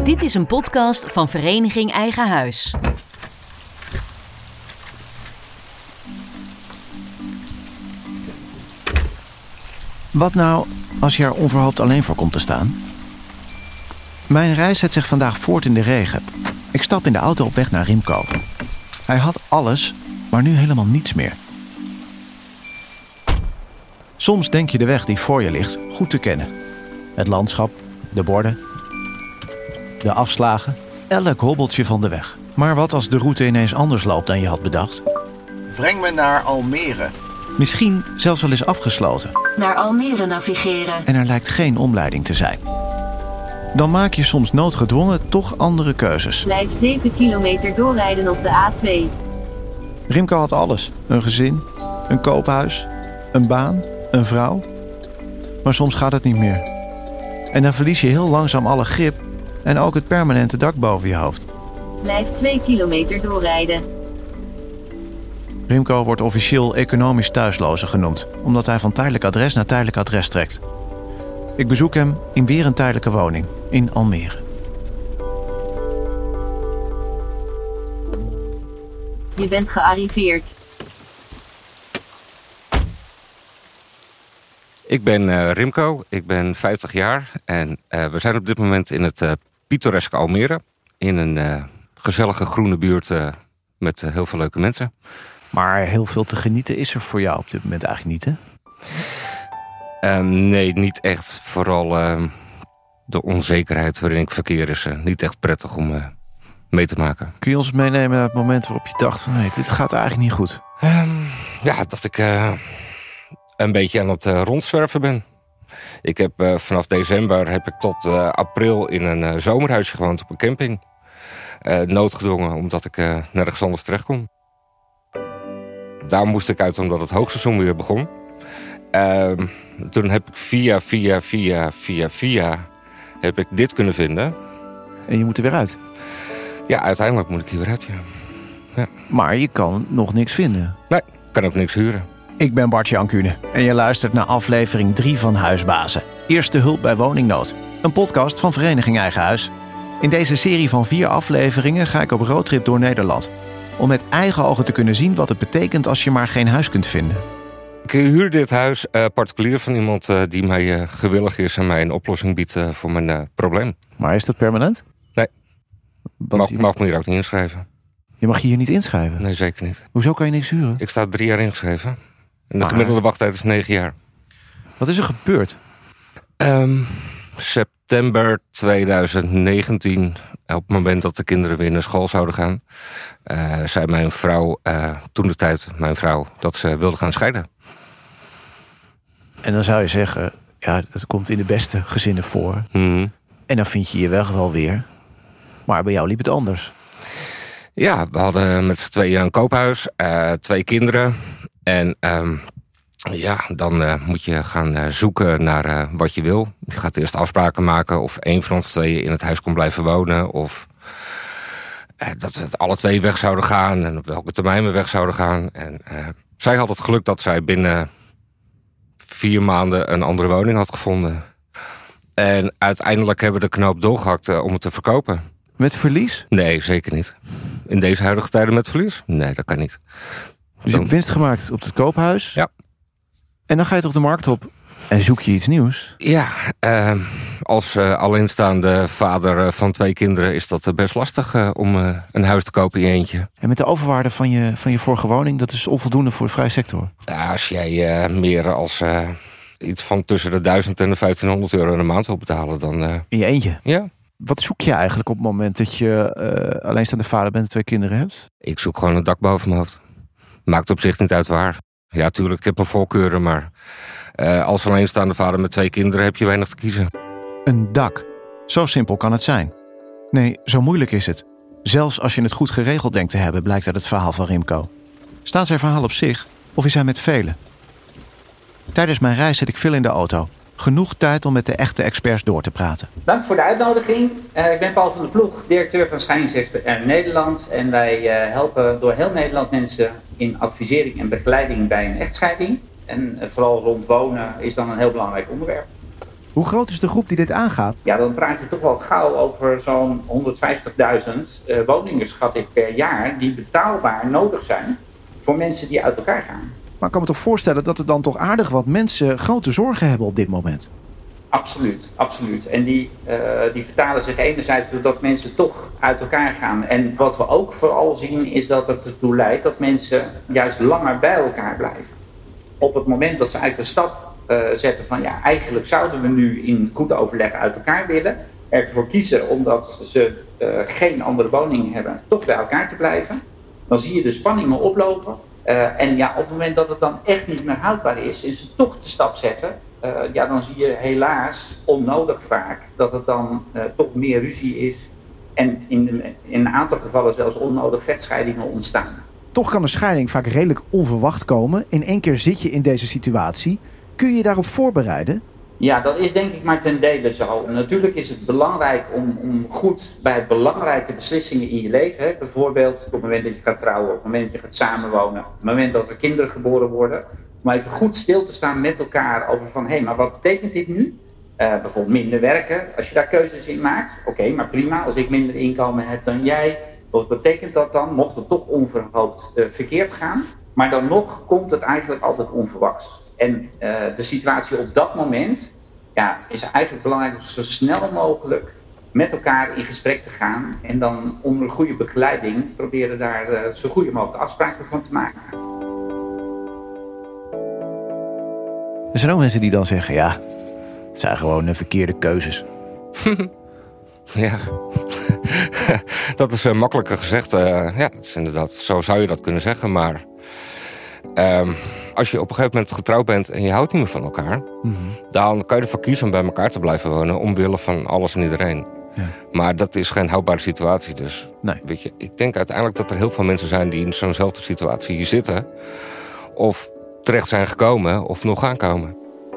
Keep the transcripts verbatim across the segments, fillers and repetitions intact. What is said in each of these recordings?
Dit is een podcast van Vereniging Eigen Huis. Wat nou als je er onverhoopt alleen voor komt te staan? Mijn reis zet zich vandaag voort in de regen. Ik stap in de auto op weg naar Rimco. Hij had alles, maar nu helemaal niets meer. Soms denk je de weg die voor je ligt goed te kennen. Het landschap, de borden, de afslagen, elk hobbeltje van de weg. Maar wat als de route ineens anders loopt dan je had bedacht? Breng me naar Almere. Misschien zelfs wel eens afgesloten. Naar Almere navigeren. En er lijkt geen omleiding te zijn. Dan maak je soms noodgedwongen toch andere keuzes. Blijf zeven kilometer doorrijden op de A twee. Rimco had alles. Een gezin, een koophuis, een baan, een vrouw. Maar soms gaat het niet meer. En dan verlies je heel langzaam alle grip en ook het permanente dak boven je hoofd. Blijf twee kilometer doorrijden. Rimco wordt officieel economisch thuisloze genoemd, omdat hij van tijdelijk adres naar tijdelijk adres trekt. Ik bezoek hem in weer een tijdelijke woning in Almere. Je bent gearriveerd. Ik ben uh, Rimco, ik ben vijftig jaar en uh, we zijn op dit moment in het uh, pittoreske Almere. In een uh, gezellige groene buurt uh, met uh, heel veel leuke mensen. Maar heel veel te genieten is er voor jou op dit moment eigenlijk niet, hè? Um, nee, niet echt. Vooral uh, de onzekerheid waarin ik verkeer is uh, niet echt prettig om uh, mee te maken. Kun je ons meenemen naar het moment waarop je dacht van nee, dit gaat eigenlijk niet goed? Um, ja, dat ik uh, een beetje aan het uh, rondzwerven ben. Ik heb uh, vanaf december heb ik tot uh, april in een uh, zomerhuisje gewoond op een camping. Uh, noodgedwongen, omdat ik uh, nergens anders terecht kon. Daar moest ik uit omdat het hoogseizoen weer begon. Uh, toen heb ik via, via, via, via, via... heb ik dit kunnen vinden. En je moet er weer uit? Ja, uiteindelijk moet ik hier weer uit, ja. Ja. Maar je kan nog niks vinden? Nee, ik kan ook niks huren. Ik ben Bart-Jan Kuhne en je luistert naar aflevering drie van Huisbazen. Eerste hulp bij woningnood. Een podcast van Vereniging Eigen Huis. In deze serie van vier afleveringen ga ik op roadtrip door Nederland. Om met eigen ogen te kunnen zien wat het betekent als je maar geen huis kunt vinden. Ik huur dit huis uh, particulier van iemand uh, die mij uh, gewillig is en mij een oplossing biedt uh, voor mijn uh, probleem. Maar is dat permanent? Nee. Want mag, je... mag me hier ook niet inschrijven. Je mag je hier niet inschrijven? Nee, zeker niet. Hoezo kan je niks huren? Ik sta drie jaar ingeschreven. En de maar... gemiddelde wachttijd is negen jaar. Wat is er gebeurd? Um, september tweeduizend negentien, op het moment dat de kinderen weer naar school zouden gaan, Uh, zei mijn vrouw, uh, toen de tijd mijn vrouw, dat ze wilde gaan scheiden. En dan zou je zeggen, ja, dat komt in de beste gezinnen voor. Mm-hmm. En dan vind je je weg wel weer. Maar bij jou liep het anders. Ja, we hadden met z'n tweeën een koophuis, uh, twee kinderen. En um, ja, dan uh, moet je gaan uh, zoeken naar uh, wat je wil. Je gaat eerst afspraken maken of één van ons tweeën in het huis kon blijven wonen. Of uh, dat we alle twee weg zouden gaan en op welke termijn we weg zouden gaan. En uh, zij had het geluk dat zij binnen vier maanden een andere woning had gevonden. En uiteindelijk hebben we de knoop doorgehakt uh, om het te verkopen. Met verlies? Nee, zeker niet. In deze huidige tijden met verlies? Nee, dat kan niet. Dus je hebt winst gemaakt op het koophuis? Ja. En dan ga je toch de markt op en zoek je iets nieuws? Ja, uh, als uh, alleenstaande vader uh, van twee kinderen is dat uh, best lastig uh, om uh, een huis te kopen in je eentje. En met de overwaarde van je, van je vorige woning, dat is onvoldoende voor de vrije sector? Ja, als jij uh, meer als uh, iets van tussen de duizend en de vijftienhonderd euro in de maand wil betalen, dan... Uh, in je eentje? Ja. Wat zoek je eigenlijk op het moment dat je uh, alleenstaande vader bent en twee kinderen hebt? Ik zoek gewoon een dak boven mijn hoofd. Maakt op zich niet uit waar. Ja, tuurlijk, ik heb mijn voorkeuren, maar uh, als alleenstaande vader met twee kinderen heb je weinig te kiezen. Een dak. Zo simpel kan het zijn. Nee, zo moeilijk is het. Zelfs als je het goed geregeld denkt te hebben, blijkt uit het verhaal van Rimco. Staat zijn verhaal op zich, of is hij met velen? Tijdens mijn reis zit ik veel in de auto. Genoeg tijd om met de echte experts door te praten. Dank voor de uitnodiging. Uh, ik ben Paul van der Ploeg, directeur van Scheidingsexpert Nederland. En wij uh, helpen door heel Nederland mensen in advisering en begeleiding bij een echtscheiding. En uh, vooral rond wonen is dan een heel belangrijk onderwerp. Hoe groot is de groep die dit aangaat? Ja, dan praat je toch wel gauw over zo'n honderdvijftigduizend uh, woningen, schat ik, per jaar, die betaalbaar nodig zijn voor mensen die uit elkaar gaan. Maar ik kan me toch voorstellen dat er dan toch aardig wat mensen grote zorgen hebben op dit moment? Absoluut, absoluut. En die, uh, die vertalen zich enerzijds doordat mensen toch uit elkaar gaan. En wat we ook vooral zien is dat het ertoe leidt dat mensen juist langer bij elkaar blijven. Op het moment dat ze uit de stap uh, zetten van ja, eigenlijk zouden we nu in goed overleg uit elkaar willen. Ervoor kiezen omdat ze uh, geen andere woning hebben, toch bij elkaar te blijven. Dan zie je de spanningen oplopen. Uh, en ja, op het moment dat het dan echt niet meer houdbaar is en ze toch de stap zetten. Uh, ja, dan zie je helaas onnodig vaak dat het dan uh, toch meer ruzie is. En in, in een aantal gevallen zelfs onnodig vechtscheidingen ontstaan. Toch kan een scheiding vaak redelijk onverwacht komen. In één keer zit je in deze situatie. Kun je je daarop voorbereiden? Ja, dat is denk ik maar ten dele zo. Natuurlijk is het belangrijk om, om goed bij belangrijke beslissingen in je leven. Hè, bijvoorbeeld op het moment dat je gaat trouwen, op het moment dat je gaat samenwonen, op het moment dat er kinderen geboren worden. Om even goed stil te staan met elkaar over van, hé, hey, maar wat betekent dit nu? Uh, bijvoorbeeld minder werken, als je daar keuzes in maakt. Oké, okay, maar prima, als ik minder inkomen heb dan jij. Wat betekent dat dan? Mocht het toch onverhoopt uh, verkeerd gaan. Maar dan nog komt het eigenlijk altijd onverwachts. En uh, de situatie op dat moment ja, is eigenlijk belangrijk om zo snel mogelijk met elkaar in gesprek te gaan. En dan onder goede begeleiding proberen daar uh, zo goede mogelijke afspraken van te maken. Er zijn ook mensen die dan zeggen, ja, het zijn gewoon uh, verkeerde keuzes. Ja, dat is uh, makkelijker gezegd. Uh, ja, dat is inderdaad, zo zou je dat kunnen zeggen. Maar uh, als je op een gegeven moment getrouwd bent en je houdt niet meer van elkaar, mm-hmm. dan kan je ervoor kiezen om bij elkaar te blijven wonen omwille van alles en iedereen. Ja. Maar dat is geen houdbare situatie. Dus nee. Weet je, ik denk uiteindelijk dat er heel veel mensen zijn die in zo'nzelfde situatie hier zitten, of terecht zijn gekomen of nog gaan komen.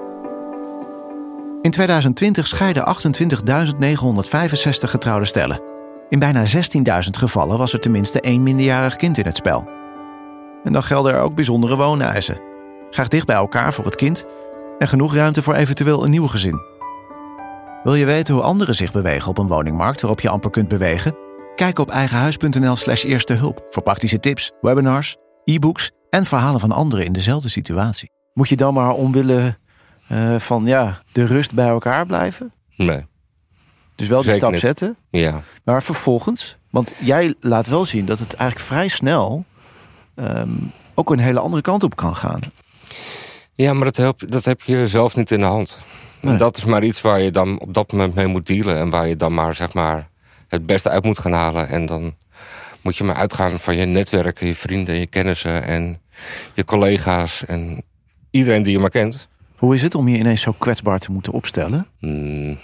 In tweeduizend twintig scheiden achtentwintigduizend negenhonderdvijfenzestig getrouwde stellen. In bijna zestienduizend gevallen was er tenminste één minderjarig kind in het spel. En dan gelden er ook bijzondere wooneisen. Graag dicht bij elkaar voor het kind en genoeg ruimte voor eventueel een nieuw gezin. Wil je weten hoe anderen zich bewegen op een woningmarkt waarop je amper kunt bewegen? Kijk op eigenhuis.nl slash eerste hulp voor praktische tips, webinars, e-books en verhalen van anderen in dezelfde situatie. Moet je dan maar omwille uh, van ja, de rust bij elkaar blijven? Nee. Dus wel de stap niet. zetten? Ja. Maar vervolgens, want jij laat wel zien dat het eigenlijk vrij snel um, ook een hele andere kant op kan gaan. Ja, maar dat heb, dat heb je zelf niet in de hand. Nee. En dat is maar iets waar je dan op dat moment mee moet dealen. En waar je dan maar, zeg maar, het beste uit moet gaan halen. En dan moet je maar uitgaan van je netwerk, je vrienden, je kennissen en je collega's en iedereen die je maar kent. Hoe is het om je ineens zo kwetsbaar te moeten opstellen? Hmm.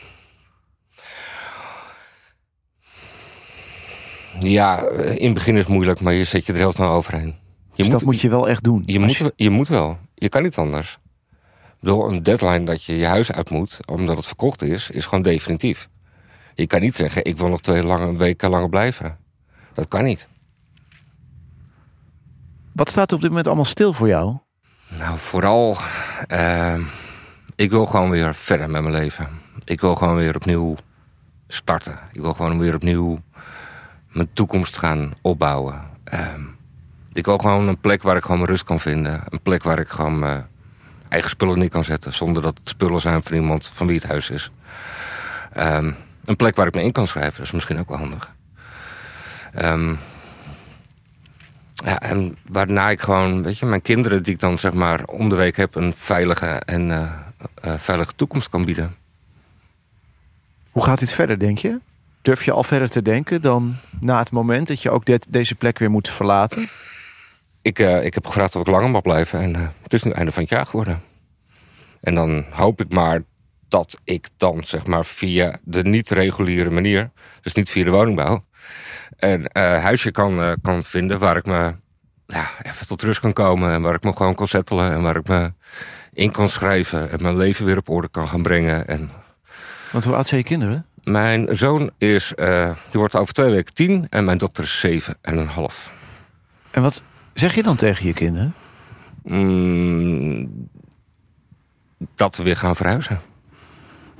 Ja, in het begin is het moeilijk, maar je zet je er heel snel overheen. Je dus moet, dat moet je wel echt doen? Je moet, je... je moet wel. Je kan niet anders. Ik bedoel, een deadline dat je je huis uit moet, omdat het verkocht is, is gewoon definitief. Je kan niet zeggen, ik wil nog twee lange weken langer blijven. Dat kan niet. Wat staat er op dit moment allemaal stil voor jou? Nou, vooral, uh, ik wil gewoon weer verder met mijn leven. Ik wil gewoon weer opnieuw starten. Ik wil gewoon weer opnieuw mijn toekomst gaan opbouwen. Uh, ik wil gewoon een plek waar ik gewoon mijn rust kan vinden. Een plek waar ik gewoon mijn eigen spullen neer kan zetten, zonder dat het spullen zijn van iemand van wie het huis is. Um, een plek waar ik me in kan schrijven, dat is misschien ook wel handig. Um, ja, en waarna ik gewoon, weet je, mijn kinderen die ik dan zeg maar om de week heb, een veilige en uh, uh, veilige toekomst kan bieden. Hoe gaat dit verder, denk je? Durf je al verder te denken dan na het moment dat je ook dit, deze plek weer moet verlaten? Ik, uh, ik heb gevraagd of ik langer mag blijven en uh, het is nu einde van het jaar geworden. En dan hoop ik maar dat ik dan zeg maar via de niet-reguliere manier, dus niet via de woningbouw, een uh, huisje kan, uh, kan vinden waar ik me ja, even tot rust kan komen en waar ik me gewoon kan settelen en waar ik me in kan schrijven en mijn leven weer op orde kan gaan brengen. En want hoe oud zijn je kinderen? Mijn zoon is, uh, die wordt over twee weken tien en mijn dochter is zeven en een half. En wat zeg je dan tegen je kinderen? Mm, dat we weer gaan verhuizen.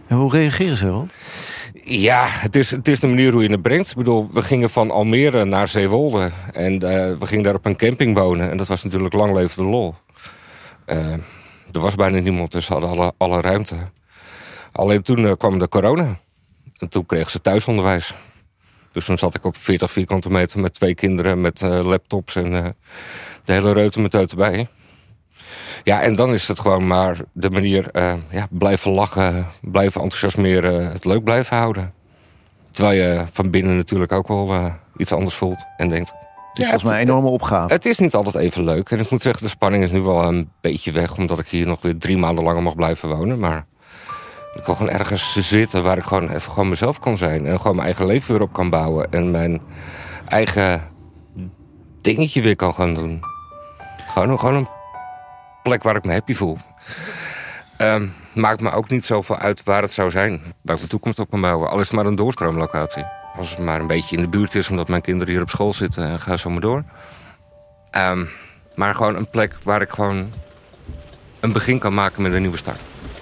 En hoe reageren ze erop? Ja, het is, het is de manier hoe je het brengt. Ik bedoel, we gingen van Almere naar Zeewolde. En uh, we gingen daar op een camping wonen. En dat was natuurlijk lang leven de lol. Uh, er was bijna niemand, dus ze hadden alle, alle ruimte. Alleen toen uh, kwam de corona. En toen kregen ze thuisonderwijs. Dus toen zat ik op veertig vierkante meter met twee kinderen... met uh, laptops en uh, de hele reutemeteut erbij. Ja, en dan is het gewoon maar de manier... Uh, ja, blijven lachen, blijven enthousiasmeren... het leuk blijven houden. Terwijl je van binnen natuurlijk ook wel uh, iets anders voelt en denkt... Het is ja, volgens mij een enorme opgave. Het is niet altijd even leuk. En ik moet zeggen, de spanning is nu wel een beetje weg... omdat ik hier nog weer drie maanden langer mag blijven wonen. Maar ik wil gewoon ergens zitten waar ik gewoon even gewoon mezelf kan zijn. En gewoon mijn eigen leven weer op kan bouwen. En mijn eigen dingetje weer kan gaan doen. Gewoon, gewoon een plek waar ik me happy voel. Um, maakt me ook niet zoveel uit waar het zou zijn. Waar ik mijn toekomst op kan bouwen. Al is het maar een doorstroomlocatie. Als het maar een beetje in de buurt is, omdat mijn kinderen hier op school zitten. En ga zo maar door. Um, maar gewoon een plek waar ik gewoon een begin kan maken met een nieuwe start.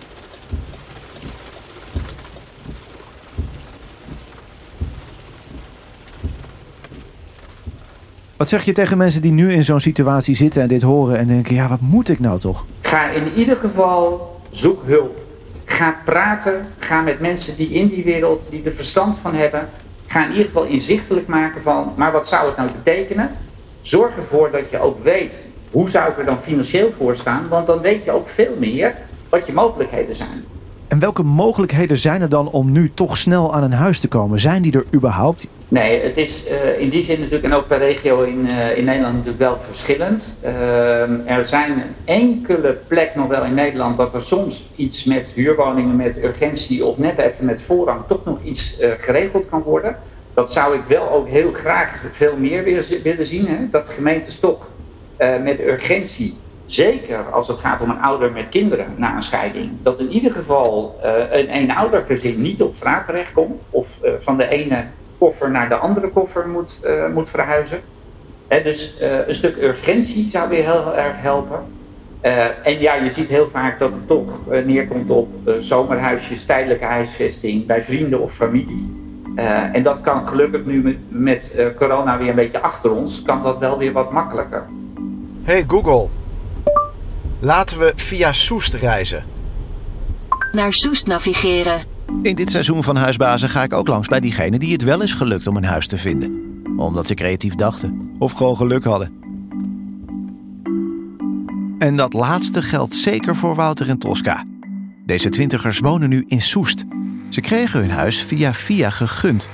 Wat zeg je tegen mensen die nu in zo'n situatie zitten en dit horen en denken... ja, wat moet ik nou toch? Ga in ieder geval, zoek hulp. Ga praten, ga met mensen die in die wereld, die er verstand van hebben... Ga in ieder geval inzichtelijk maken van, maar wat zou het nou betekenen? Zorg ervoor dat je ook weet, hoe zou ik er dan financieel voor staan? Want dan weet je ook veel meer wat je mogelijkheden zijn. En welke mogelijkheden zijn er dan om nu toch snel aan een huis te komen? Zijn die er überhaupt? Nee, het is uh, in die zin natuurlijk, en ook per regio in, uh, in Nederland natuurlijk wel verschillend. Uh, er zijn een enkele plek nog wel in Nederland dat er soms iets met huurwoningen, met urgentie of net even met voorrang toch nog iets uh, geregeld kan worden. Dat zou ik wel ook heel graag veel meer willen zien. Hè? Dat gemeentes toch uh, met urgentie, zeker als het gaat om een ouder met kinderen na een scheiding, dat in ieder geval uh, een eenoudergezin niet op straat terechtkomt of uh, van de ene koffer naar de andere koffer moet, uh, moet verhuizen. He, dus uh, een stuk urgentie zou weer heel erg helpen. Uh, en ja, je ziet heel vaak dat het toch uh, neerkomt op uh, zomerhuisjes, tijdelijke huisvesting bij vrienden of familie. Uh, en dat kan gelukkig nu met, met uh, corona weer een beetje achter ons, kan dat wel weer wat makkelijker. Hey Google, laten we via Soest reizen. Naar Soest navigeren. In dit seizoen van Huisbazen ga ik ook langs bij diegenen die het wel is gelukt om een huis te vinden. Omdat ze creatief dachten of gewoon geluk hadden. En dat laatste geldt zeker voor Wouter en Tosca. Deze twintigers wonen nu in Soest. Ze kregen hun huis via via gegund.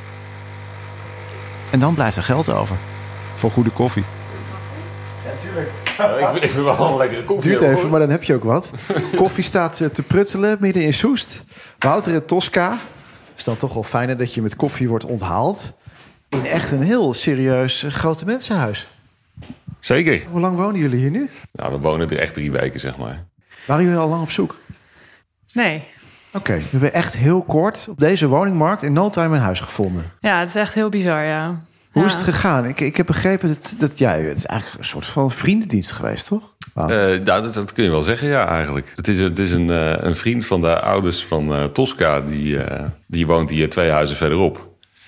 En dan blijft er geld over. Voor goede koffie. Ja, tuurlijk. Ja, ik, ik vind wel een lekkere koffie. Duurt even, maar dan heb je ook wat. Koffie staat te pruttelen midden in Soest. Wouter en Tosca. Is dan toch wel fijner dat je met koffie wordt onthaald. In echt een heel serieus grote mensenhuis. Zeker. Hoe lang wonen jullie hier nu? Nou, we wonen er echt drie weken, zeg maar. Waren jullie al lang op zoek? Nee. Oké, okay, we hebben echt heel kort op deze woningmarkt in no time een huis gevonden. Ja, het is echt heel bizar, ja. Hoe ja. is het gegaan? Ik, ik heb begrepen dat, dat jij... Ja, het is eigenlijk een soort van vriendendienst geweest, toch? Uh, nou, dat, dat kun je wel zeggen, ja, eigenlijk. Het is, het is een, uh, een vriend van de ouders van uh, Tosca. Die, uh, die woont hier twee huizen verderop.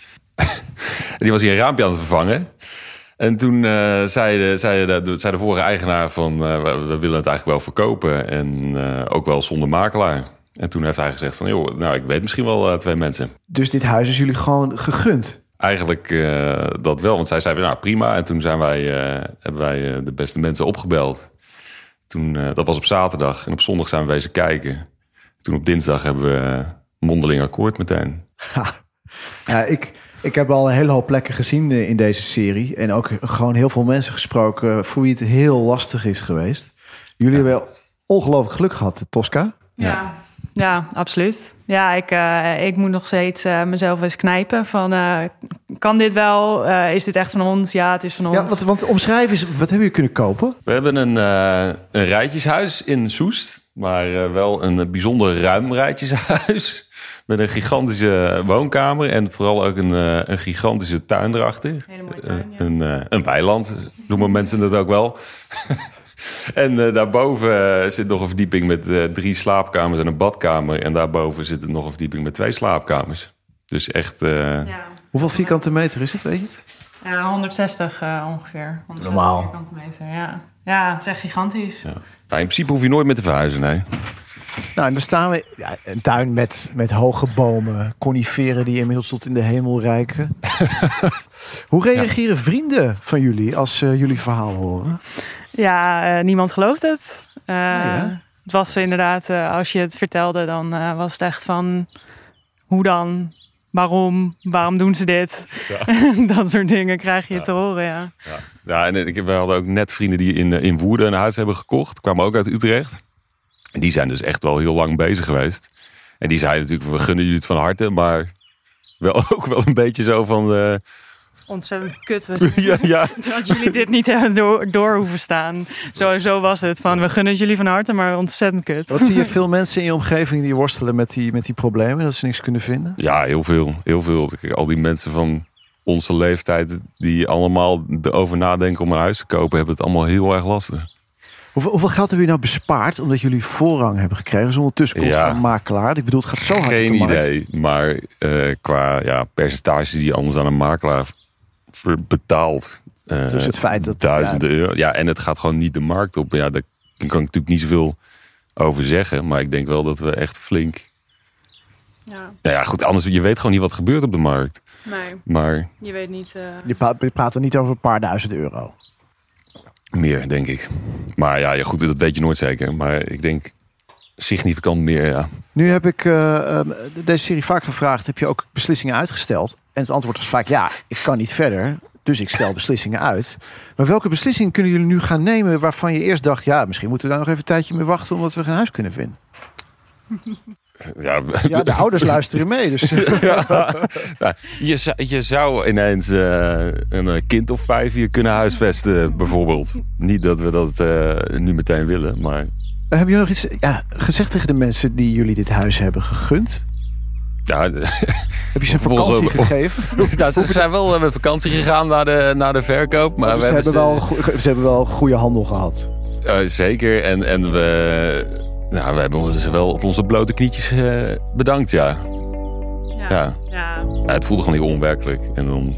Die was hier een raampje aan het vervangen. En toen uh, zei, de, zei, de, zei de vorige eigenaar van... Uh, we, we willen het eigenlijk wel verkopen. En uh, ook wel zonder makelaar. En toen heeft hij gezegd van... joh, nou, ik weet misschien wel uh, twee mensen. Dus dit huis is jullie gewoon gegund? Eigenlijk uh, dat wel, want zij zei nou prima. En toen zijn wij, uh, hebben wij uh, de beste mensen opgebeld. Toen, uh, dat was op zaterdag. En op zondag zijn we wezen kijken. Toen op dinsdag hebben we uh, mondeling akkoord meteen. Ha. Ja, ik, ik heb al een hele hoop plekken gezien in deze serie. En ook gewoon heel veel mensen gesproken voor wie het heel lastig is geweest. Jullie ja. hebben ongelooflijk geluk gehad, Tosca. Ja. ja. Ja, absoluut. Ja, ik, uh, ik moet nog steeds uh, mezelf eens knijpen van... Uh, kan dit wel? Uh, is dit echt van ons? Ja, het is van ons. Ja, want, want omschrijf eens, wat hebben jullie kunnen kopen? We hebben een, uh, een rijtjeshuis in Soest. Maar uh, wel een bijzonder ruim rijtjeshuis. Met een gigantische woonkamer. En vooral ook een, uh, een gigantische tuin erachter. Hele mooie tuin, ja. uh, een, uh, een weiland, noemen mensen het ook wel. En uh, daarboven uh, zit nog een verdieping met uh, drie slaapkamers en een badkamer. En daarboven zit er nog een verdieping met twee slaapkamers. Dus echt... Uh... Ja. Hoeveel vierkante meter is het, weet je het? Ja, honderdzestig uh, ongeveer. honderdzestig Normaal. Vierkante meter, ja. Ja, het is echt gigantisch. Ja. Nou, in principe hoef je nooit meer te verhuizen, nee. Nou, en dan staan we... Ja, een tuin met, met hoge bomen, coniferen die inmiddels tot in de hemel reiken. Hoe reageren ja. vrienden van jullie als uh, jullie verhaal horen? Ja, uh, niemand gelooft het. Uh, nee, het was inderdaad, uh, als je het vertelde, dan uh, was het echt van... Hoe dan? Waarom? Waarom doen ze dit? Ja. Dat soort dingen krijg je ja. te horen, ja. Ja, ja en ik, we hadden ook net vrienden die in, in Woerden een huis hebben gekocht. Kwamen ook uit Utrecht. En die zijn dus echt wel heel lang bezig geweest. En die zeiden natuurlijk, we gunnen jullie het van harte. Maar wel ook wel een beetje zo van... Uh... Ontzettend kut. ja, ja. Dat jullie dit niet door, door hoeven staan. Zo, zo was het. Van, we gunnen het jullie van harte, maar ontzettend kut. Wat zie je veel mensen in je omgeving die worstelen met die, met die problemen? Dat ze niks kunnen vinden? Ja, heel veel. Heel veel. Al die mensen van onze leeftijd die allemaal erover nadenken om een huis te kopen, hebben het allemaal heel erg lastig. Hoeveel, hoeveel geld hebben jullie nou bespaard omdat jullie voorrang hebben gekregen zonder tussenkomst ja. van een makelaar? Ik bedoel, het gaat zo hard. Geen idee, maar uh, qua ja, percentage die anders aan een makelaar betaald. Uh, dus het feit dat... Duizenden ja, euro. Ja, en het gaat gewoon niet de markt op. Ja, daar kan ik natuurlijk niet zoveel over zeggen. Maar ik denk wel dat we echt flink... Ja, nou ja, goed. Anders, je weet gewoon niet wat gebeurt op de markt. Nee, maar... je weet niet... Uh... Je, praat, je praat er niet over een paar duizend euro. Meer, denk ik. Maar ja, ja, goed, dat weet je nooit zeker. Maar ik denk significant meer, ja. Nu heb ik uh, deze serie vaak gevraagd, heb je ook beslissingen uitgesteld? En het antwoord was vaak, ja, ik kan niet verder. Dus ik stel beslissingen uit. Maar welke beslissingen kunnen jullie nu gaan nemen waarvan je eerst dacht, ja, misschien moeten we daar nog even een tijdje mee wachten omdat we geen huis kunnen vinden? Ja, ja, de ouders luisteren mee. Dus. Ja, nou, je, zou, je zou ineens uh, een kind of vijf hier kunnen huisvesten, bijvoorbeeld. Niet dat we dat uh, nu meteen willen, maar... Heb je nog iets ja, gezegd tegen de mensen die jullie dit huis hebben gegund? Ja, heb je ze een vakantie gegeven? Nou, ze zijn wel met vakantie gegaan naar de, naar de verkoop. Maar oh, dus we ze, hebben hebben ze... Wel, ze hebben wel goede handel gehad. Uh, zeker. En, en we... Nou, we hebben ons wel op onze blote knietjes uh, bedankt, ja. Ja. Ja. Ja. Ja, het voelde gewoon heel onwerkelijk. En dan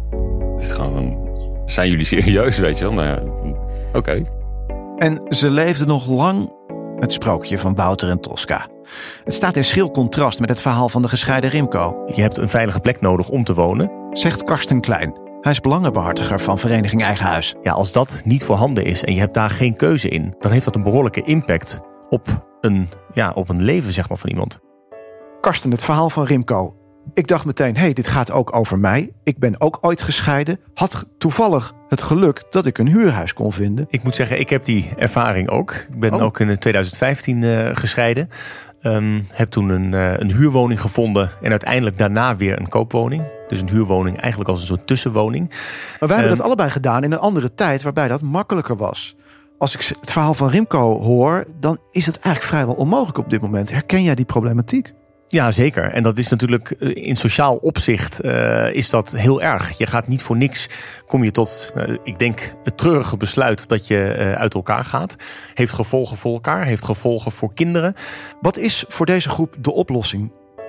is het gewoon van, zijn jullie serieus, weet je wel? Nou ja, oké. Okay. En ze leefden nog lang het sprookje van Wouter en Tosca. Het staat in schril contrast met het verhaal van de gescheiden Rimco. Je hebt een veilige plek nodig om te wonen, zegt Karsten Klein. Hij is belangenbehartiger van Vereniging Eigen Huis. Ja, als dat niet voorhanden is en je hebt daar geen keuze in, dan heeft dat een behoorlijke impact op een, ja, op een leven, zeg maar, van iemand. Karsten, het verhaal van Rimco. Ik dacht meteen, hé, hey, dit gaat ook over mij. Ik ben ook ooit gescheiden. Had toevallig het geluk dat ik een huurhuis kon vinden. Ik moet zeggen, ik heb die ervaring ook. Ik ben oh. ook in twintig vijftien uh, gescheiden. Um, heb toen een, uh, een huurwoning gevonden en uiteindelijk daarna weer een koopwoning. Dus een huurwoning eigenlijk als een soort tussenwoning. Maar wij hebben um, dat allebei gedaan in een andere tijd waarbij dat makkelijker was. Als ik het verhaal van Rimco hoor, dan is het eigenlijk vrijwel onmogelijk op dit moment. Herken jij die problematiek? Ja, zeker. En dat is natuurlijk in sociaal opzicht uh, is dat heel erg. Je gaat niet voor niks, kom je tot, uh, ik denk, het treurige besluit dat je uh, uit elkaar gaat. Heeft gevolgen voor elkaar, heeft gevolgen voor kinderen. Wat is voor deze groep de oplossing?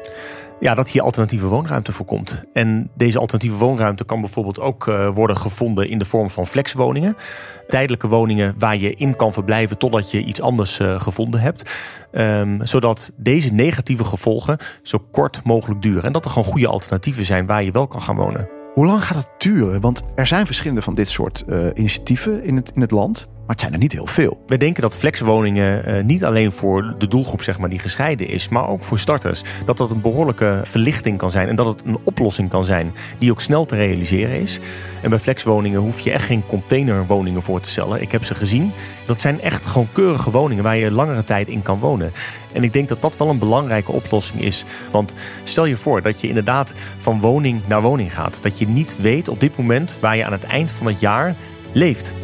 Ja, dat hier alternatieve woonruimte voorkomt. En deze alternatieve woonruimte kan bijvoorbeeld ook uh, worden gevonden in de vorm van flexwoningen. Tijdelijke woningen waar je in kan verblijven totdat je iets anders uh, gevonden hebt. Um, zodat deze negatieve gevolgen zo kort mogelijk duren. En dat er gewoon goede alternatieven zijn waar je wel kan gaan wonen. Hoe lang gaat het duren? Want er zijn verschillende van dit soort uh, initiatieven in het, in het land. Maar het zijn er niet heel veel. Wij denken dat flexwoningen uh, niet alleen voor de doelgroep, zeg maar, die gescheiden is, maar ook voor starters. Dat dat een behoorlijke verlichting kan zijn en dat het een oplossing kan zijn die ook snel te realiseren is. En bij flexwoningen hoef je echt geen containerwoningen voor te stellen. Ik heb ze gezien. Dat zijn echt gewoon keurige woningen waar je langere tijd in kan wonen. En ik denk dat dat wel een belangrijke oplossing is. Want stel je voor dat je inderdaad van woning naar woning gaat. Dat je niet weet op dit moment waar je aan het eind van het jaar leeft.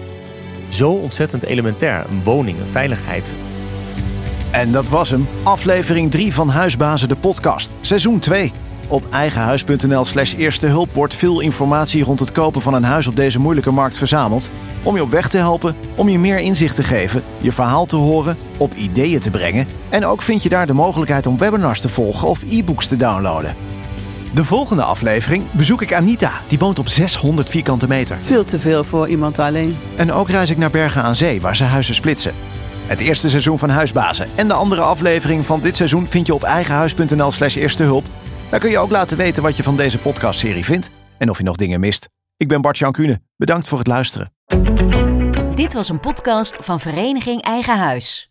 Zo ontzettend elementair. Een woning, een veiligheid. En dat was hem. Aflevering drie van Huisbazen, de podcast. Seizoen twee. Op eigenhuis.nl slash eerste hulp wordt veel informatie rond het kopen van een huis op deze moeilijke markt verzameld. Om je op weg te helpen, om je meer inzicht te geven, je verhaal te horen, op ideeën te brengen. En ook vind je daar de mogelijkheid om webinars te volgen of e-books te downloaden. De volgende aflevering bezoek ik Anita, die woont op zeshonderd vierkante meter. Veel te veel voor iemand alleen. En ook reis ik naar Bergen aan Zee, waar ze huizen splitsen. Het eerste seizoen van Huisbazen en de andere aflevering van dit seizoen vind je op eigenhuis.nl slash eerste hulp. Daar kun je ook laten weten wat je van deze podcastserie vindt en of je nog dingen mist. Ik ben Bart-Jan Kuhne. Bedankt voor het luisteren. Dit was een podcast van Vereniging Eigen Huis.